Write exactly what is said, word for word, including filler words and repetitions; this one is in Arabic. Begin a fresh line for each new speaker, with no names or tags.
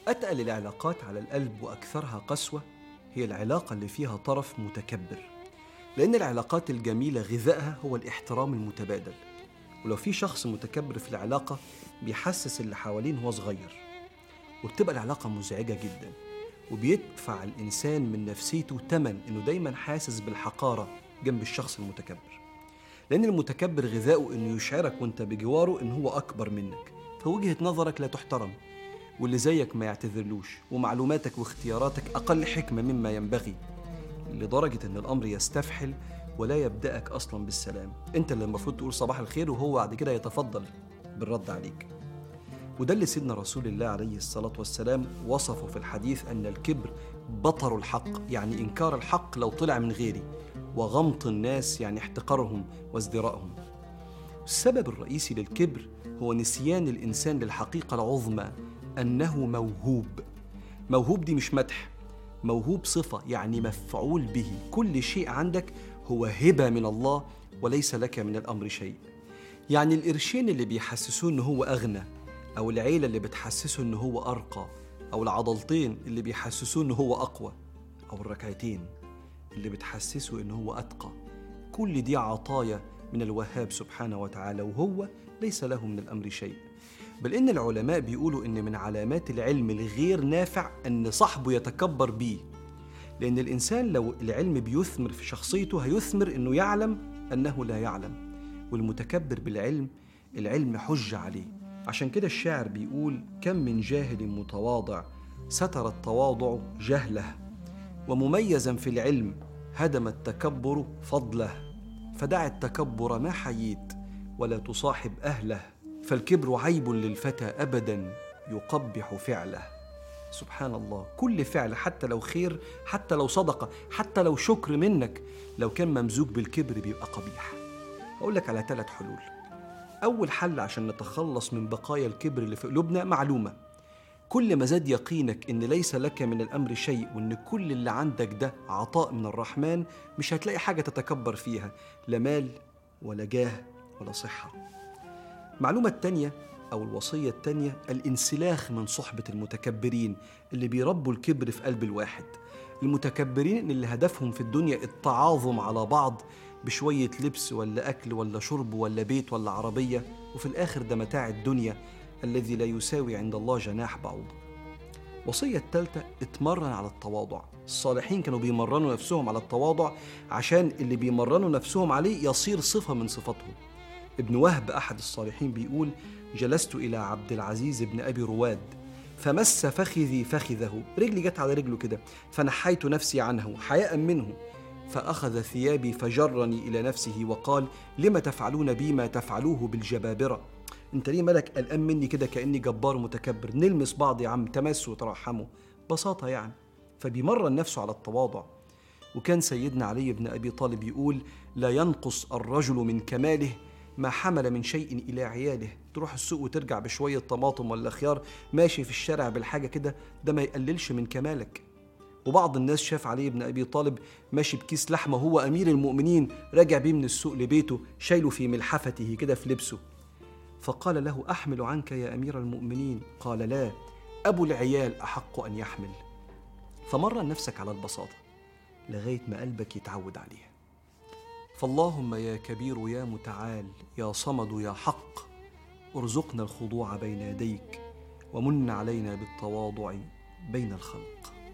أتقل العلاقات على القلب وأكثرها قسوة هي العلاقة اللي فيها طرف متكبر، لأن العلاقات الجميلة غذائها هو الاحترام المتبادل. ولو في شخص متكبر في العلاقة بيحسس اللي حوالين هو صغير، وبتبقى العلاقة مزعجة جدا، وبيدفع الإنسان من نفسيته تمن إنه دايما حاسس بالحقارة جنب الشخص المتكبر، لأن المتكبر غذائه إنه يشعرك وإنت بجواره إنه هو أكبر منك، فوجهة نظرك لا تحترم، واللي زيك ما يعتذرلوش، ومعلوماتك واختياراتك أقل حكمة مما ينبغي، لدرجة إن الأمر يستفحل ولا يبدأك أصلا بالسلام. أنت اللي المفروض تقول صباح الخير، وهو بعد كده يتفضل بالرد عليك. وده اللي سيدنا رسول الله عليه الصلاة والسلام وصفه في الحديث أن الكبر بطر الحق، يعني إنكار الحق لو طلع من غيري، وغمط الناس يعني احتقارهم وازدراءهم. السبب الرئيسي للكبر هو نسيان الإنسان للحقيقة العظمى، أنه موهوب. موهوب دي مش مدح، موهوب صفة يعني مفعول به، كل شيء عندك هو هبة من الله وليس لك من الأمر شيء. يعني القرشين اللي بيحسسوه إنه هو أغنى، أو العيلة اللي بتحسسه إنه هو أرقى، أو العضلتين اللي بيحسسوه إنه هو أقوى، أو الركعتين اللي بتحسسه إنه هو أتقى، كل دي عطايا من الوهاب سبحانه وتعالى، وهو ليس له من الأمر شيء. بل إن العلماء بيقولوا إن من علامات العلم الغير نافع أن صاحبه يتكبر بيه، لأن الإنسان لو العلم بيثمر في شخصيته هيثمر إنه يعلم أنه لا يعلم، والمتكبر بالعلم العلم حجة عليه. عشان كده الشاعر بيقول: كم من جاهل متواضع ستر التواضع جهله، ومميزا في العلم هدم التكبر فضله، فدع التكبر ما حييت ولا تصاحب أهله، فالكبر عيب للفتى أبدا يقبح فعله. سبحان الله، كل فعل حتى لو خير، حتى لو صدقة، حتى لو شكر منك، لو كان ممزوج بالكبر بيبقى قبيح. أقول لك على ثلاث حلول. أول حل عشان نتخلص من بقايا الكبر اللي في قلوبنا معلومة: كل ما زاد يقينك إن ليس لك من الأمر شيء، وإن كل اللي عندك ده عطاء من الرحمن، مش هتلاقي حاجة تتكبر فيها، لا مال ولا جاه ولا صحة. معلومة التانية أو الوصية التانية: الانسلاخ من صحبة المتكبرين اللي بيربوا الكبر في قلب الواحد. المتكبرين اللي هدفهم في الدنيا التعاظم على بعض بشوية لبس ولا أكل ولا شرب ولا بيت ولا عربية، وفي الآخر ده متاع الدنيا الذي لا يساوي عند الله جناح بعوضة. وصية الثالثة: اتمرن على التواضع. الصالحين كانوا بيمرنوا نفسهم على التواضع عشان اللي بيمرنوا نفسهم عليه يصير صفة من صفاتهم. ابن وهب أحد الصالحين بيقول: جلست إلى عبد العزيز بن أبي رواد فمس فخذي فخذه، رجلي جت على رجله كده، فنحيت نفسي عنه حياء منه، فأخذ ثيابي فجرني إلى نفسه وقال: لما تفعلون بي ما تفعلوه بالجبابرة؟ انت ليه مالك قلقان مني كده كأني جبار متكبر؟ نلمس بعض يا عم، تمسوا وترحموا، بساطة يعني. فبيمرن نفسه على التواضع. وكان سيدنا علي بن أبي طالب يقول: لا ينقص الرجل من كماله ما حمل من شيء إلى عياله. تروح السوق وترجع بشوية طماطم ولا خيار، ماشي في الشارع بالحاجة كده، ده ما يقللش من كمالك. وبعض الناس شاف علي بن أبي طالب ماشي بكيس لحمة، هو أمير المؤمنين، راجع بيه من السوق لبيته، شايله في ملحفته كده في لبسه، فقال له: أحمل عنك يا أمير المؤمنين؟ قال: لا، أبو العيال أحق أن يحمل. فمرن نفسك على البساطة لغاية ما قلبك يتعود عليها. فاللهم يا كبير يا متعال يا صمد يا حق، ارزقنا الخضوع بين يديك، ومن علينا بالتواضع بين الخلق.